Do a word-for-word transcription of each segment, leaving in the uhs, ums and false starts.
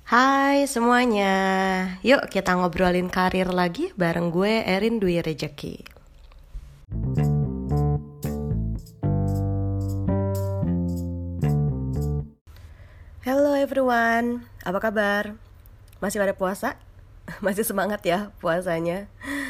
Hai semuanya, yuk kita ngobrolin karir lagi bareng gue Erin Dwi Rejeki. Hello everyone, apa kabar? Masih pada puasa? Masih semangat ya puasanya?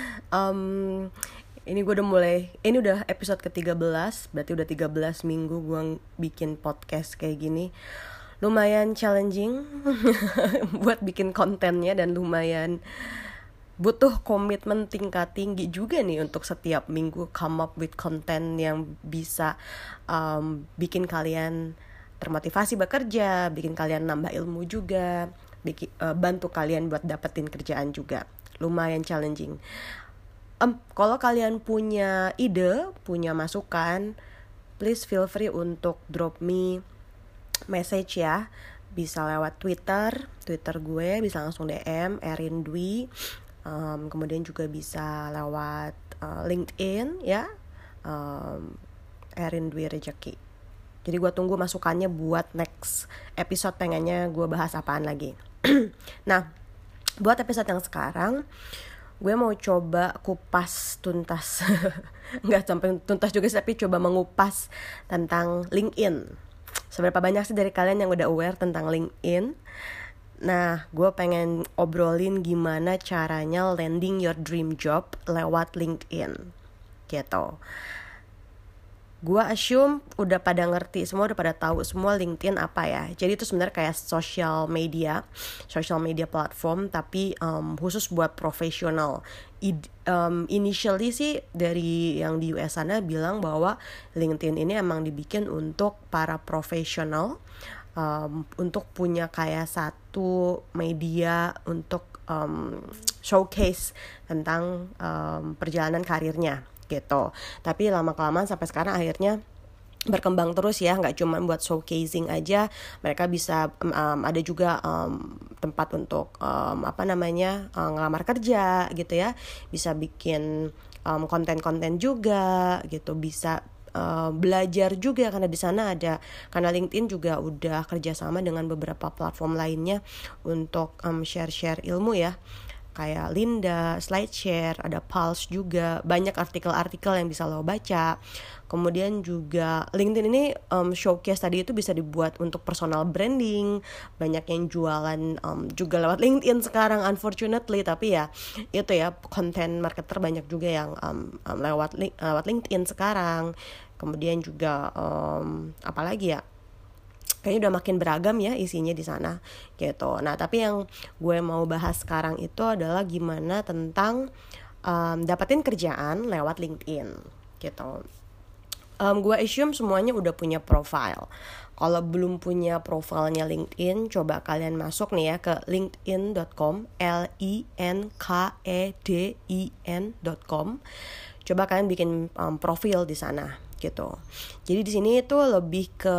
Um, ini gue udah mulai, ini udah episode ke tiga belas, berarti udah tiga belas minggu gue bikin podcast kayak gini. Lumayan challenging buat bikin kontennya dan lumayan butuh komitmen tingkat tinggi juga nih untuk setiap minggu come up with konten yang bisa um, bikin kalian termotivasi bekerja, bikin kalian nambah ilmu juga, bikin, uh, bantu kalian buat dapetin kerjaan juga. Lumayan challenging. Um, kalau kalian punya ide, punya masukan, please feel free untuk drop me message ya, bisa lewat Twitter, Twitter gue bisa langsung D M Erin Dwi, um, kemudian juga bisa lewat uh, LinkedIn ya, um, Erin Dwi Rejeki. Jadi gue tunggu masukannya buat next episode, pengennya gue bahas apaan lagi. Nah, buat episode yang sekarang gue mau coba kupas tuntas, nggak sampai tuntas juga sih, tapi coba mengupas tentang LinkedIn. Seberapa banyak sih dari kalian yang udah aware tentang LinkedIn? Nah, gue pengen obrolin gimana caranya landing your dream job lewat LinkedIn gitu. Gue assume udah pada ngerti semua, udah pada tahu semua LinkedIn apa ya. Jadi itu sebenarnya kayak social media, social media platform, tapi um, khusus buat profesional. I- um, initially sih dari yang di U S sana bilang bahwa LinkedIn ini emang dibikin untuk para profesional, um, untuk punya kayak satu media untuk um, showcase tentang um, perjalanan karirnya gitu. Tapi lama-kelamaan sampai sekarang akhirnya berkembang terus ya, nggak cuma buat showcasing aja, mereka bisa um, ada juga um, tempat untuk um, apa namanya um, ngelamar kerja gitu ya, bisa bikin um, konten-konten juga gitu, bisa uh, belajar juga karena di sana ada, karena LinkedIn juga udah kerjasama dengan beberapa platform lainnya untuk um, share-share ilmu ya, kayak Linda, SlideShare, ada Pulse juga, banyak artikel-artikel yang bisa lo baca. Kemudian juga LinkedIn ini um, showcase tadi itu bisa dibuat untuk personal branding, banyak yang jualan um, juga lewat LinkedIn sekarang unfortunately, tapi ya itu ya, content marketer banyak juga yang um, um, lewat lewat LinkedIn sekarang. Kemudian juga um, apa lagi ya? Kayaknya udah makin beragam ya isinya di sana gitu. Nah, tapi yang gue mau bahas sekarang itu adalah gimana tentang um, dapetin kerjaan lewat LinkedIn gitu. Um, gue assume semuanya udah punya profile. Kalau belum punya profilnya LinkedIn, coba kalian masuk nih ya ke linkedin dot com, L I N K E D I N dot com. Coba kalian bikin um, profil di sana gitu. Jadi di sini itu lebih ke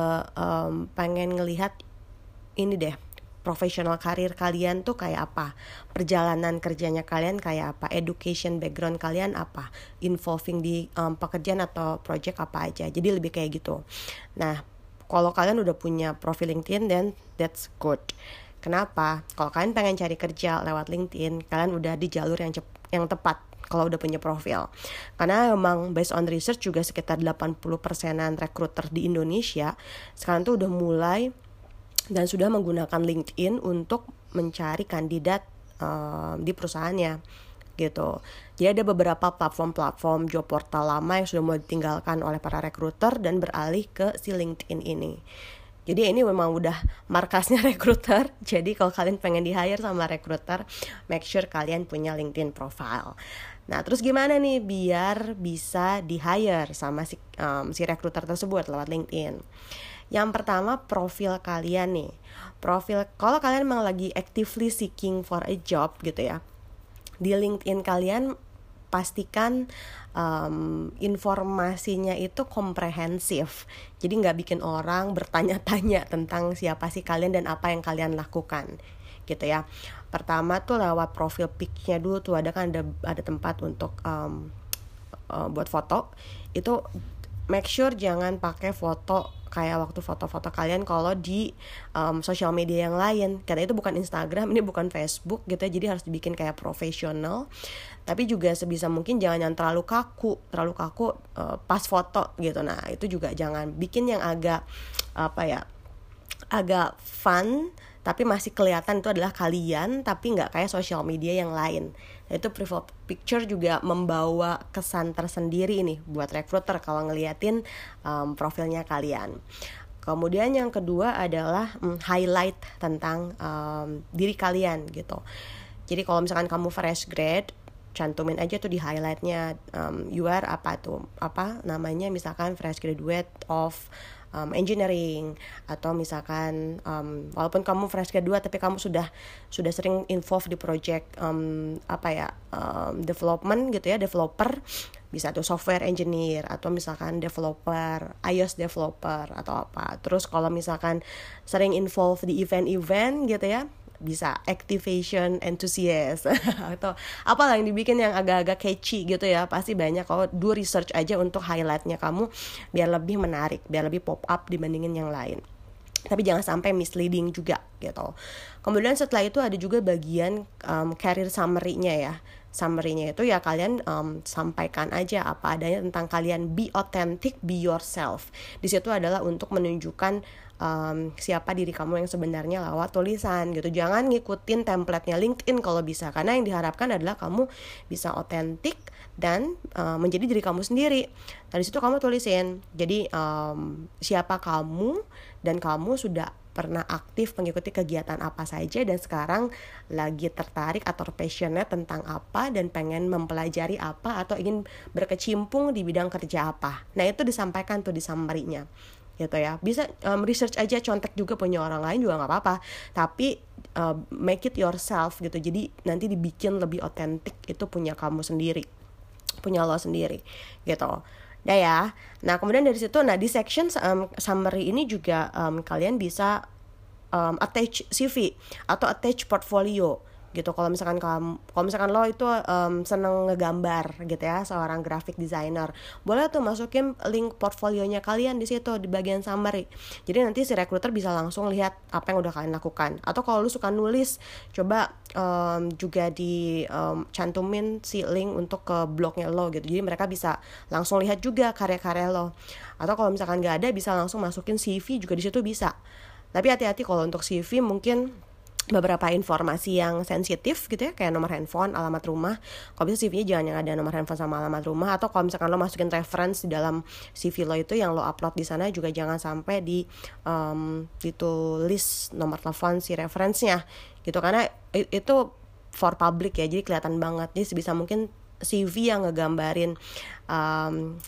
um, pengen ngelihat ini deh, profesional karir kalian tuh kayak apa, perjalanan kerjanya kalian kayak apa, education background kalian apa, involving di um, pekerjaan atau project apa aja. Jadi lebih kayak gitu. Nah, kalau kalian udah punya profil LinkedIn, then that's good. Kenapa? Kalau kalian pengen cari kerja lewat LinkedIn, kalian udah di jalur yang cep- yang tepat kalau udah punya profil. Karena memang based on research juga sekitar delapan puluh persenan recruiter di Indonesia sekarang tuh udah mulai dan sudah menggunakan LinkedIn untuk mencari kandidat uh, di perusahaannya gitu. Jadi ada beberapa platform-platform job portal lama yang sudah mulai ditinggalkan oleh para recruiter dan beralih ke si LinkedIn ini. Jadi ini memang udah markasnya recruiter. Jadi kalau kalian pengen di hire sama recruiter, make sure kalian punya LinkedIn profile. Nah, terus gimana nih biar bisa di hire sama si, um, si recruiter tersebut lewat LinkedIn? Yang pertama, profil kalian nih. Profil, kalau kalian memang lagi actively seeking for a job gitu ya, di LinkedIn kalian pastikan um, informasinya itu komprehensif. Jadi nggak bikin orang bertanya-tanya tentang siapa sih kalian dan apa yang kalian lakukan gitu ya. Pertama tuh lewat profil pic-nya dulu tuh ada kan ada ada tempat untuk um, uh, buat foto. Itu make sure jangan pakai foto kayak waktu foto-foto kalian kalau di um, sosial media yang lain, karena itu bukan Instagram, ini bukan Facebook gitu ya, jadi harus dibikin kayak profesional. Tapi juga sebisa mungkin jangan yang terlalu kaku, terlalu kaku uh, pas foto gitu. Nah itu juga jangan, bikin yang agak apa ya, agak fun tapi masih kelihatan itu adalah kalian, tapi nggak kayak sosial media yang lain. Nah, itu profile picture juga membawa kesan tersendiri nih buat recruiter kalau ngeliatin um, profilnya kalian. Kemudian yang kedua adalah um, highlight tentang um, diri kalian gitu. Jadi kalau misalkan kamu fresh grad, cantumin aja tuh di highlightnya, um, you are apa tuh, apa namanya, misalkan fresh graduate of Um, engineering, atau misalkan um, walaupun kamu fresh graduate tapi kamu sudah sudah sering involved di project um, apa ya um, development gitu ya, developer, bisa tuh software engineer atau misalkan developer, iOS developer atau apa. Terus kalau misalkan sering involved di event-event gitu ya, bisa activation enthusiast atau apalah yang dibikin yang agak-agak catchy gitu ya. Pasti banyak, kalau do research aja untuk highlightnya kamu biar lebih menarik, biar lebih pop up dibandingin yang lain. Tapi jangan sampai misleading juga gitu. Kemudian setelah itu ada juga bagian um, career summary-nya ya. Summary-nya itu ya kalian um, sampaikan aja apa adanya tentang kalian, be authentic, be yourself. Di situ adalah untuk menunjukkan um, siapa diri kamu yang sebenarnya lewat tulisan gitu. Jangan ngikutin template-nya LinkedIn kalau bisa, karena yang diharapkan adalah kamu bisa otentik dan uh, menjadi diri kamu sendiri. Nah di situ kamu tulisin, jadi um, siapa kamu, dan kamu sudah pernah aktif mengikuti kegiatan apa saja, dan sekarang lagi tertarik atau passionate tentang apa, dan pengen mempelajari apa, atau ingin berkecimpung di bidang kerja apa. Nah itu disampaikan tuh di summary-nya gitu ya. Bisa um, research aja, contek juga punya orang lain juga nggak apa-apa, tapi uh, make it yourself gitu. Jadi nanti dibikin lebih otentik, itu punya kamu sendiri, punya lo sendiri gitu. Nah ya, nah kemudian dari situ, nah di section um, summary ini juga um, kalian bisa um, attach C V atau attach portfolio gitu. Kalau misalkan kamu, kalau misalkan lo itu um, seneng ngegambar gitu ya, seorang graphic designer, boleh tuh masukin link portfolionya kalian di situ di bagian summary. Jadi nanti si recruiter bisa langsung lihat apa yang udah kalian lakukan. Atau kalau lu suka nulis, coba um, juga di um, cantumin si link untuk ke blognya lo gitu. Jadi mereka bisa langsung lihat juga karya-karya lo. Atau kalau misalkan nggak ada, bisa langsung masukin C V juga di situ bisa. Tapi hati-hati kalau untuk C V, mungkin beberapa informasi yang sensitif gitu ya, kayak nomor handphone, alamat rumah. Kalau bisa C V-nya jangan yang ada nomor handphone sama alamat rumah. Atau kalau misalkan lo masukin reference di dalam C V lo itu, yang lo upload di sana juga jangan sampai di um, ditulis nomor telepon si reference-nya gitu, karena itu for public ya, jadi kelihatan banget. Jadi sebisa mungkin C V yang ngegambarin um,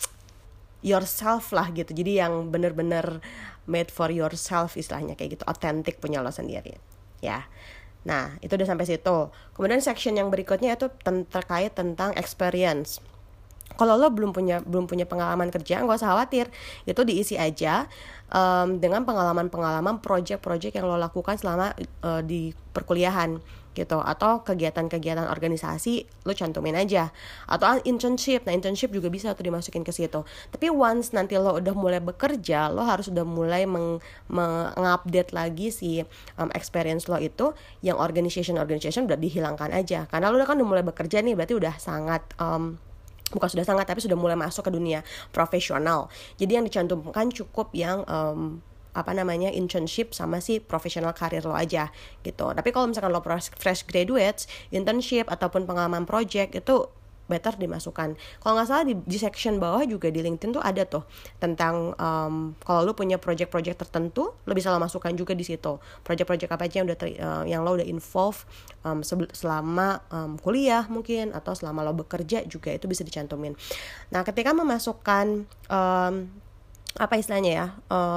yourself lah gitu, jadi yang bener-bener made for yourself istilahnya, kayak gitu, authentic, punya lo sendiri ya. Nah itu udah sampai situ. Kemudian section yang berikutnya itu ten- terkait tentang experience. Kalau lo belum punya belum punya pengalaman kerja, nggak usah khawatir, itu diisi aja um, dengan pengalaman-pengalaman project-project yang lo lakukan selama uh, di perkuliahan gitu, atau kegiatan-kegiatan organisasi lo cantumin aja, atau internship. Nah internship juga bisa tuh dimasukin ke situ. Tapi once nanti lo udah mulai bekerja, lo harus udah mulai meng- mengupdate lagi si um, experience lo itu, yang organization-organization udah dihilangkan aja, karena lo udah kan udah mulai bekerja nih, berarti udah sangat um, bukan sudah sangat, tapi sudah mulai masuk ke dunia profesional. Jadi yang dicantumkan cukup yang um, apa namanya internship sama si professional karir lo aja gitu. Tapi kalau misalkan lo fresh graduates, internship ataupun pengalaman project itu better dimasukkan. Kalau nggak salah di, di section bawah juga di LinkedIn tuh ada tuh tentang um, kalau lo punya project-project tertentu, lo bisa lo masukkan juga di situ. Project-project apa aja yang udah ter, uh, yang lo udah involve um, selama um, kuliah mungkin, atau selama lo bekerja juga itu bisa dicantumin. Nah ketika memasukkan um, apa istilahnya ya,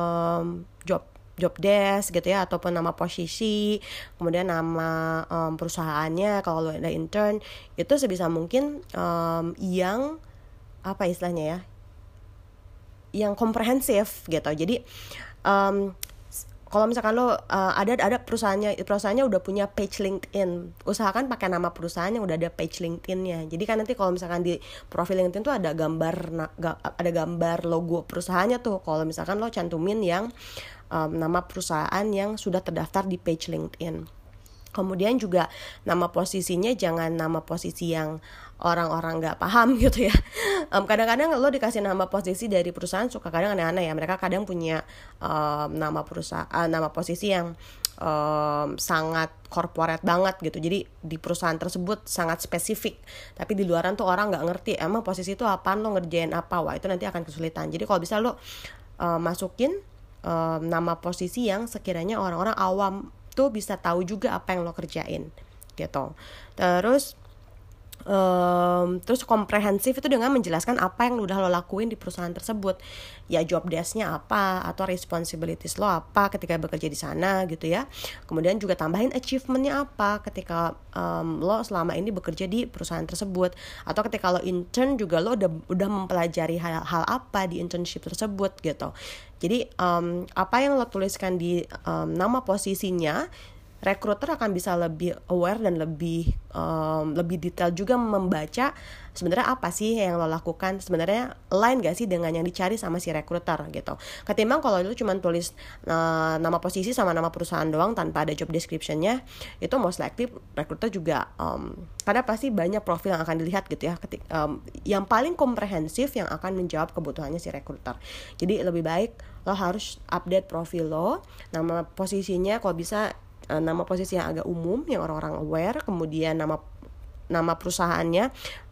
um, job job desk gitu ya, ataupun nama posisi, kemudian nama um, perusahaannya kalau lo ada intern, itu sebisa mungkin um, yang apa istilahnya ya, yang komprehensif gitu. Jadi um, kalau misalkan lo uh, ada ada perusahaannya perusahaannya udah punya page LinkedIn, usahakan pakai nama perusahaan yang udah ada page LinkedIn-nya. Jadi kan nanti kalau misalkan di profil LinkedIn tuh ada gambar ada gambar logo perusahaannya tuh. Kalau misalkan lo cantumin yang um, nama perusahaan yang sudah terdaftar di page LinkedIn. Kemudian juga nama posisinya jangan nama posisi yang orang-orang nggak paham gitu ya. Um, kadang-kadang lo dikasih nama posisi dari perusahaan suka kadang aneh-aneh ya. Mereka kadang punya um, nama perusahaan, nama posisi yang um, sangat corporate banget gitu. Jadi di perusahaan tersebut sangat spesifik. Tapi di luaran tuh orang nggak ngerti emang posisi itu apaan, lo ngerjain apa. Wah itu nanti akan kesulitan. Jadi kalau bisa lo um, masukin um, nama posisi yang sekiranya orang-orang awam tuh bisa tahu juga apa yang lo kerjain gitu. Terus Um, terus komprehensif itu dengan menjelaskan apa yang udah lo lakuin di perusahaan tersebut, ya job desk-nya apa atau responsibilities lo apa ketika bekerja di sana gitu ya. Kemudian juga tambahin achievement-nya apa ketika um, lo selama ini bekerja di perusahaan tersebut, atau ketika lo intern juga lo udah udah mempelajari hal-hal apa di internship tersebut gitu. Jadi um, apa yang lo tuliskan di um, nama posisinya, recruiter akan bisa lebih aware dan lebih um, lebih detail juga membaca sebenarnya apa sih yang lo lakukan, sebenarnya align gak sih dengan yang dicari sama si recruiter gitu. Ketimbang kalau lo cuma tulis uh, nama posisi sama nama perusahaan doang tanpa ada job description-nya, itu most likely recruiter juga um, karena pasti banyak profil yang akan dilihat gitu ya. Ketik, um, yang paling komprehensif yang akan menjawab kebutuhannya si recruiter. Jadi lebih baik lo harus update profil lo, nama posisinya kalau bisa nama posisi yang agak umum yang orang-orang aware, kemudian nama nama perusahaannya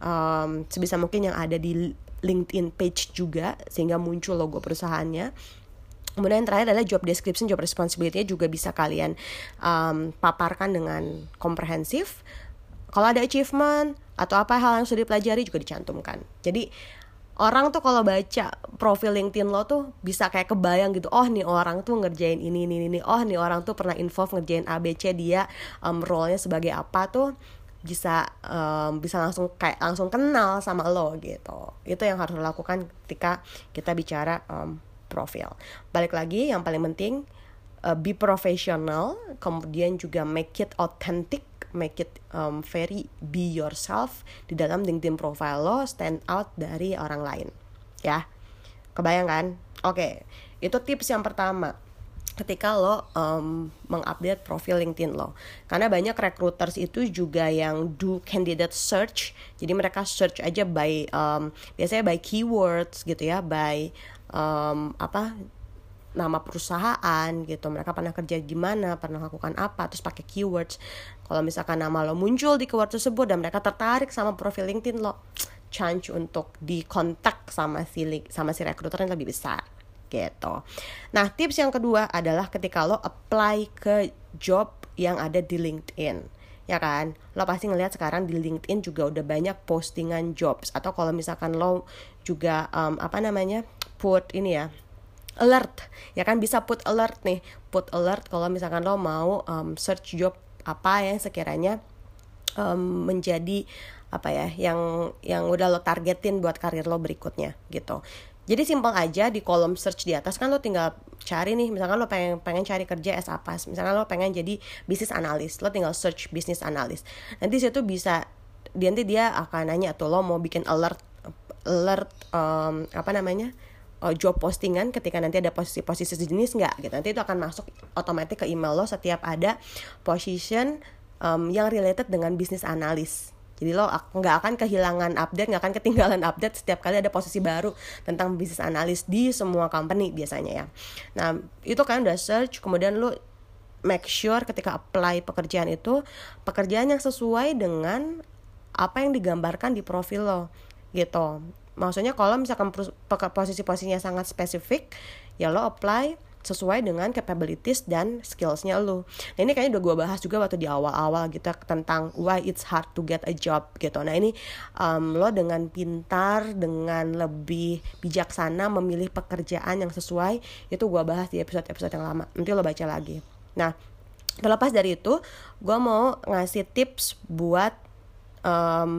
um, sebisa mungkin yang ada di LinkedIn page juga sehingga muncul logo perusahaannya. Kemudian yang terakhir adalah job description, job responsibility-nya juga bisa kalian um, paparkan dengan komprehensif. Kalau ada achievement atau apa hal yang sudah dipelajari juga dicantumkan. Jadi orang tuh kalau baca profil LinkedIn lo tuh bisa kayak kebayang gitu, oh nih orang tuh ngerjain ini, ini, ini, oh nih orang tuh pernah involve ngerjain A B C, dia um, role-nya sebagai apa tuh bisa um, bisa langsung kayak langsung kenal sama lo gitu. Itu yang harus lo lakukan ketika kita bicara um, profil. Balik lagi yang paling penting uh, be professional, kemudian juga make it authentic, make it um, very be yourself di dalam LinkedIn profile lo, stand out dari orang lain ya. Kebayang kan? Oke, itu tips yang pertama ketika lo um, mengupdate profil LinkedIn lo. Karena banyak recruiters itu juga yang do candidate search, jadi mereka search aja by um, biasanya by keywords gitu ya, by um, apa nama perusahaan gitu, mereka pernah kerja di mana, pernah lakukan apa, terus pakai keywords. Kalau misalkan nama lo muncul di keyword tersebut dan mereka tertarik sama profil LinkedIn lo, chance untuk dikontak sama si sama si recruiter yang lebih besar gitu. Nah, tips yang kedua adalah ketika lo apply ke job yang ada di LinkedIn, ya kan? Lo pasti ngelihat sekarang di LinkedIn juga udah banyak postingan jobs, atau kalau misalkan lo juga um, apa namanya put ini ya alert, ya kan, bisa put alert nih, put alert kalau misalkan lo mau um, search job apa yang sekiranya um, menjadi apa ya, yang yang udah lo targetin buat karir lo berikutnya gitu. Jadi simpel aja, di kolom search di atas kan lo tinggal cari nih, misalkan lo pengen pengen cari kerja as apa, misalkan lo pengen jadi business analyst, lo tinggal search business analyst. Nanti situ bisa, nanti dia akan nanya tuh lo mau bikin alert alert um, apa namanya job postingan ketika nanti ada posisi-posisi sejenis nggak gitu. Nanti itu akan masuk otomatis ke email lo setiap ada position um, yang related dengan business analyst. Jadi lo nggak akan kehilangan update, nggak akan ketinggalan update setiap kali ada posisi baru tentang business analyst di semua company biasanya ya. Nah itu kan udah search, kemudian lo make sure ketika apply pekerjaan itu, pekerjaan yang sesuai dengan apa yang digambarkan di profil lo gitu. Maksudnya kalau misalkan posisi-posisinya sangat spesifik, ya lo apply sesuai dengan capabilities dan skillsnya lo. Nah ini kayaknya udah gue bahas juga waktu di awal-awal gitu tentang why it's hard to get a job gitu. Nah ini um, lo dengan pintar, dengan lebih bijaksana memilih pekerjaan yang sesuai, itu gue bahas di episode-episode yang lama. Nanti lo baca lagi. Nah terlepas dari itu, gue mau ngasih tips buat um,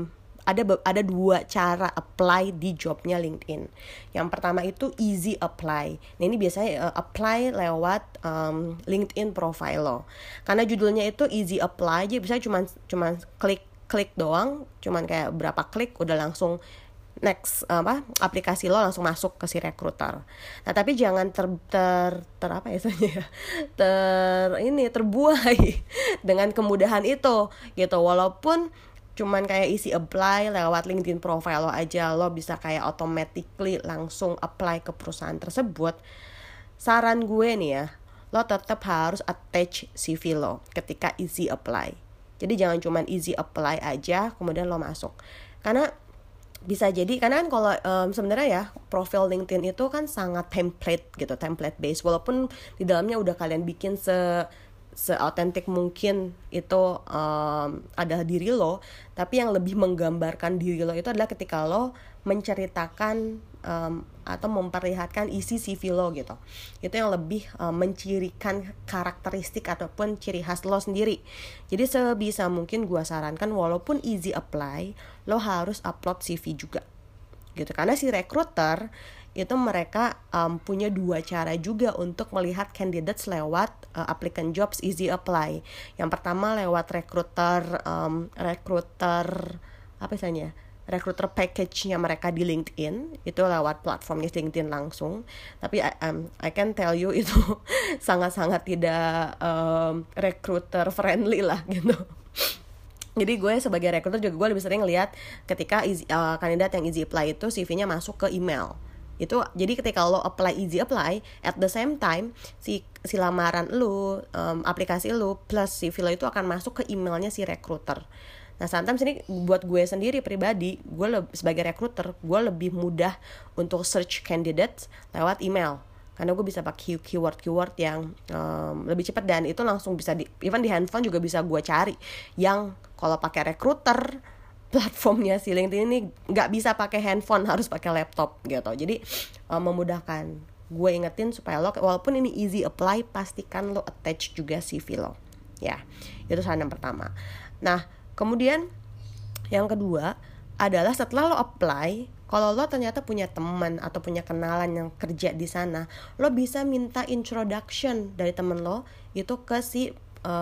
ada ada dua cara apply di jobnya LinkedIn. Yang pertama itu easy apply. Nah ini biasanya uh, apply lewat um, LinkedIn profile lo. Karena judulnya itu easy apply, jadi bisa cuma cuma klik klik doang, cuman kayak berapa klik udah langsung next apa aplikasi lo langsung masuk ke si recruiter. Nah tapi jangan ter ter, ter apa ya istilahnya ter ini terbuai dengan kemudahan itu gitu. Walaupun cuman kayak isi apply lewat LinkedIn profile lo aja, lo bisa kayak automatically langsung apply ke perusahaan tersebut. Saran gue nih ya, lo tetap harus attach C V lo ketika easy apply. Jadi jangan cuman easy apply aja kemudian lo masuk. Karena bisa jadi karena kan kalau um, sebenarnya ya profil LinkedIn itu kan sangat template gitu, template based. Walaupun di dalamnya udah kalian bikin se seautentik mungkin itu um, adalah diri lo, tapi yang lebih menggambarkan diri lo itu adalah ketika lo menceritakan um, atau memperlihatkan isi C V lo gitu. Itu yang lebih um, mencirikan karakteristik ataupun ciri khas lo sendiri. Jadi sebisa mungkin gue sarankan walaupun easy apply, lo harus upload C V juga gitu. Karena si recruiter itu mereka um, punya dua cara juga untuk melihat candidates lewat uh, applicant jobs easy apply. Yang pertama lewat recruiter um, recruiter apa istilahnya? Recruiter package-nya mereka di LinkedIn, itu lewat platformnya LinkedIn langsung. Tapi um, I can tell you itu sangat-sangat tidak um, recruiter friendly lah gitu. Jadi gue sebagai recruiter juga gue lebih sering lihat ketika easy, uh, kandidat yang easy apply itu C V-nya masuk ke email. Itu jadi ketika lo apply easy apply, at the same time si si lamaran lu, um, aplikasi lu plus C V lo itu akan masuk ke emailnya si recruiter. Nah, sometimes ini buat gue sendiri pribadi, gue le- sebagai recruiter, gue lebih mudah untuk search candidates lewat email. Karena gue bisa pakai keyword-keyword yang um, lebih cepat dan itu langsung bisa di, even di handphone juga bisa gue cari. Yang kalau pakai recruiter, platformnya si LinkedIn ini nggak bisa pakai handphone, harus pakai laptop gitu. Jadi um, memudahkan. Gue ingetin supaya lo, walaupun ini easy apply, pastikan lo attach juga C V lo. Ya, itu saran yang pertama. Nah, kemudian yang kedua adalah setelah lo apply, kalau lo ternyata punya teman atau punya kenalan yang kerja di sana, lo bisa minta introduction dari temen lo itu ke si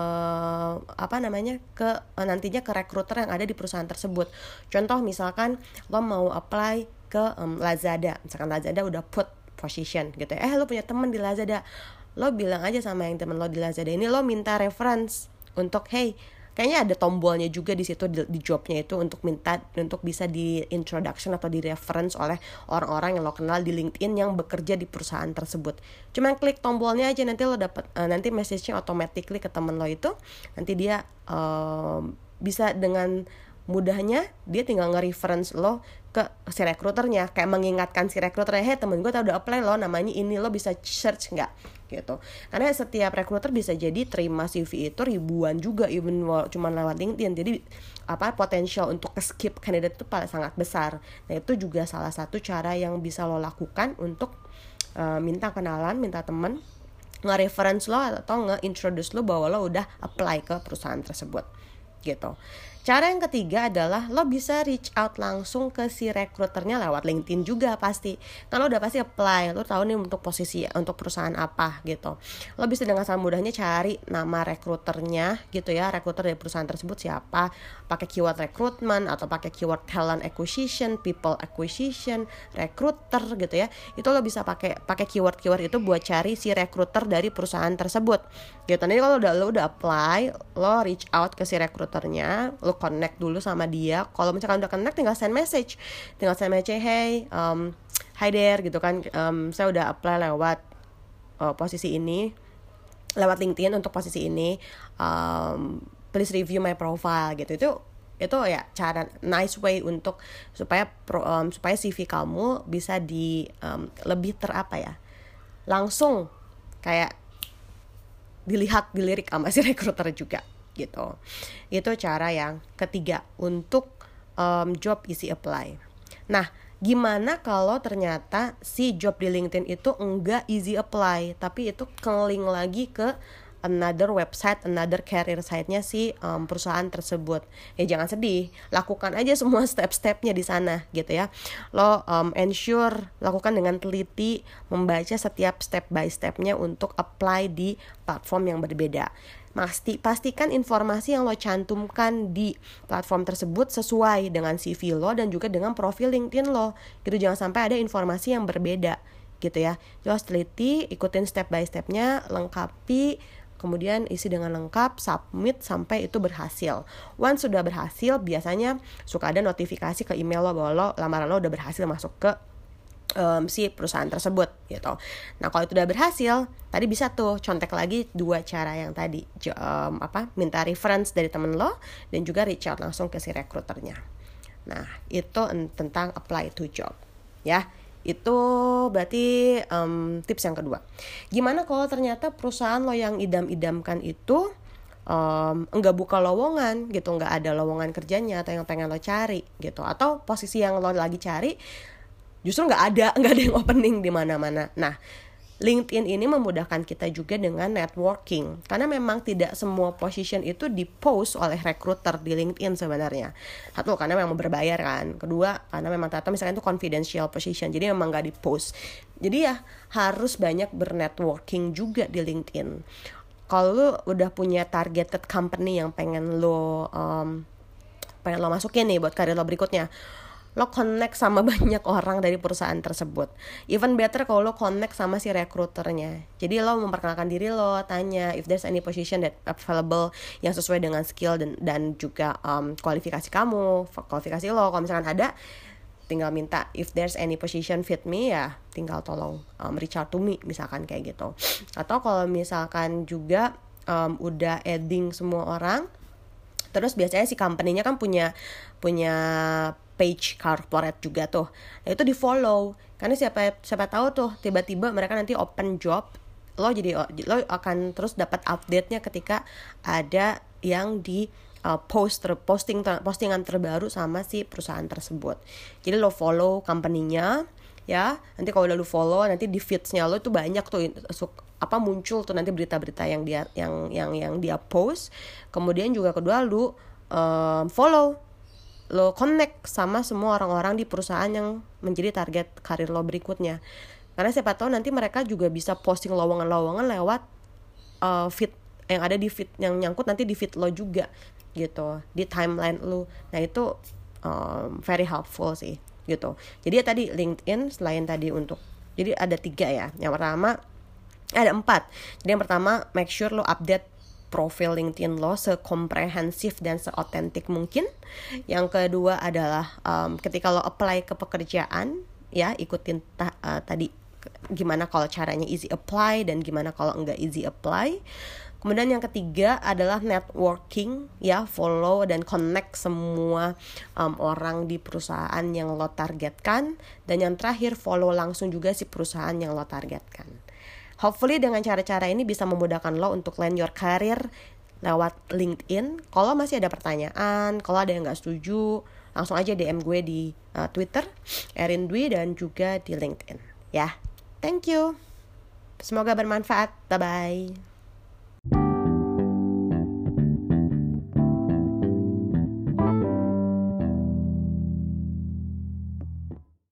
uh, apa namanya ke uh, nantinya ke recruiter yang ada di perusahaan tersebut. Contoh misalkan lo mau apply ke um, Lazada, misalkan Lazada udah put position gitu ya. Eh lo punya teman di Lazada, lo bilang aja sama yang temen lo di Lazada ini, lo minta reference untuk hey kayaknya ada tombolnya juga di situ di, di jobnya itu untuk minta untuk bisa di introduction atau di reference oleh orang-orang yang lo kenal di LinkedIn yang bekerja di perusahaan tersebut. Cuman klik tombolnya aja, nanti lo dapat uh, nanti message-nya automatically ke temen lo itu, nanti dia uh, bisa dengan mudahnya dia tinggal nge-reference lo ke si recruiternya, kayak mengingatkan si recruiternya, hey temen gue tau udah apply lo namanya ini, lo bisa search nggak gitu. Karena setiap recruiter bisa jadi terima C V itu ribuan juga, even cuma lewat LinkedIn. Jadi apa potensial untuk skip kandidat itu paling sangat besar. Nah itu juga salah satu cara yang bisa lo lakukan untuk uh, minta kenalan, minta temen, nge-reference lo atau nge-introduce lo bahwa lo udah apply ke perusahaan tersebut gitu. Cara yang ketiga adalah lo bisa reach out langsung ke si rekruternya lewat LinkedIn juga pasti. Kalau udah pasti apply, lo tahu nih untuk posisi untuk perusahaan apa gitu. Lo bisa dengan sangat mudahnya cari nama rekruternya gitu ya, rekruter dari perusahaan tersebut siapa, pakai keyword recruitment atau pakai keyword talent acquisition, people acquisition, recruiter gitu ya. Itu lo bisa pakai pakai keyword-keyword itu buat cari si rekruter dari perusahaan tersebut. Gitu. Nanti kalau udah lo udah apply, lo reach out ke si rekruternya, lo connect dulu sama dia. Kalau misalkan udah connect, tinggal send message, tinggal send message, hey, um, hi there gitu kan, um, saya udah apply lewat uh, posisi ini, lewat LinkedIn untuk posisi ini, um, please review my profile gitu. Itu itu ya cara nice way untuk supaya pro, um, supaya C V kamu bisa di um, lebih terapa ya, langsung kayak dilihat, dilirik sama si recruiter juga gitu. Itu cara yang ketiga untuk um, job easy apply. Nah, gimana kalau ternyata si job di LinkedIn itu enggak easy apply, tapi itu ke-link lagi ke another website, another career site-nya si um, perusahaan tersebut. Ya jangan sedih, lakukan aja semua step-stepnya di sana gitu ya. Lo um, ensure, lakukan dengan teliti, membaca setiap step by step-nya untuk apply di platform yang berbeda. Pasti, pastikan informasi yang lo cantumkan di platform tersebut sesuai dengan C V lo dan juga dengan profil LinkedIn lo gitu. Jangan sampai ada informasi yang berbeda gitu ya. Jelas teliti, ikutin step by stepnya, lengkapi, kemudian isi dengan lengkap, submit sampai itu berhasil. Once sudah berhasil, biasanya suka ada notifikasi ke email lo bahwa lo, lamaran lo udah berhasil masuk ke Um, si perusahaan tersebut gitu. Nah kalau itu udah berhasil, tadi bisa tuh contek lagi dua cara yang tadi, um, apa minta reference dari temen lo dan juga reach out langsung ke si rekruternya. Nah itu tentang apply to job ya. Itu berarti um, tips yang kedua. Gimana kalau ternyata perusahaan lo yang idam-idamkan itu um, enggak buka lowongan gitu, enggak ada lowongan kerjanya atau yang pengen lo cari gitu, atau posisi yang lo lagi cari justru nggak ada, nggak ada yang opening di mana-mana. Nah, LinkedIn ini memudahkan kita juga dengan networking, karena memang tidak semua position itu di-post oleh recruiter di LinkedIn sebenarnya. Satu, karena memang berbayar kan. Kedua, karena memang ternyata misalnya itu confidential position, jadi memang nggak di-post. Jadi ya harus banyak bernetworking juga di LinkedIn. Kalau lu udah punya targeted company yang pengen lo um, pengen lo masukin nih buat karir lo berikutnya, lo connect sama banyak orang dari perusahaan tersebut. Even better kalau lo connect sama si rekruternya. Jadi lo memperkenalkan diri lo, tanya if there's any position that available yang sesuai dengan skill dan dan juga um, kualifikasi kamu, kualifikasi lo. Kalau misalkan ada, tinggal minta if there's any position fit me, ya tinggal tolong um, reach out to me misalkan kayak gitu. Atau kalau misalkan juga um, udah adding semua orang, terus biasanya si company-nya kan punya punya page corporate juga tuh. Nah, itu di follow. Karena siapa siapa tahu tuh tiba-tiba mereka nanti open job, lo jadi lo akan terus dapat update-nya ketika ada yang di uh, post ter, posting ter, postingan terbaru sama si perusahaan tersebut. Jadi lo follow company-nya ya. Nanti kalau udah lo follow, nanti di feeds-nya lo tuh banyak tuh apa muncul tuh nanti berita-berita yang dia yang yang yang dia post. Kemudian juga kedua lo um, follow, lo connect sama semua orang-orang di perusahaan yang menjadi target karir lo berikutnya. Karena siapa tahu nanti mereka juga bisa posting lowongan-lowongan lewat uh, feed yang ada di feed yang nyangkut nanti di feed lo juga gitu, di timeline lo. Nah itu um, very helpful sih gitu. Jadi ya tadi LinkedIn selain tadi untuk, jadi ada tiga ya. Yang pertama, ada empat. Jadi yang pertama, make sure lo update profil LinkedIn lo sekomprehensif dan seotentik mungkin. Yang kedua adalah um, ketika lo apply ke pekerjaan, ya ikutin ta- uh, tadi gimana kalau caranya easy apply dan gimana kalau enggak easy apply. Kemudian yang ketiga adalah networking, ya follow dan connect semua um, orang di perusahaan yang lo targetkan. Dan yang terakhir, follow langsung juga si perusahaan yang lo targetkan. Hopefully dengan cara-cara ini bisa memudahkan lo untuk land your career lewat LinkedIn. Kalau masih ada pertanyaan, kalau ada yang gak setuju, langsung aja D M gue di uh, Twitter, Erin Dwi, dan juga di LinkedIn. Ya, thank you. Semoga bermanfaat. Bye-bye.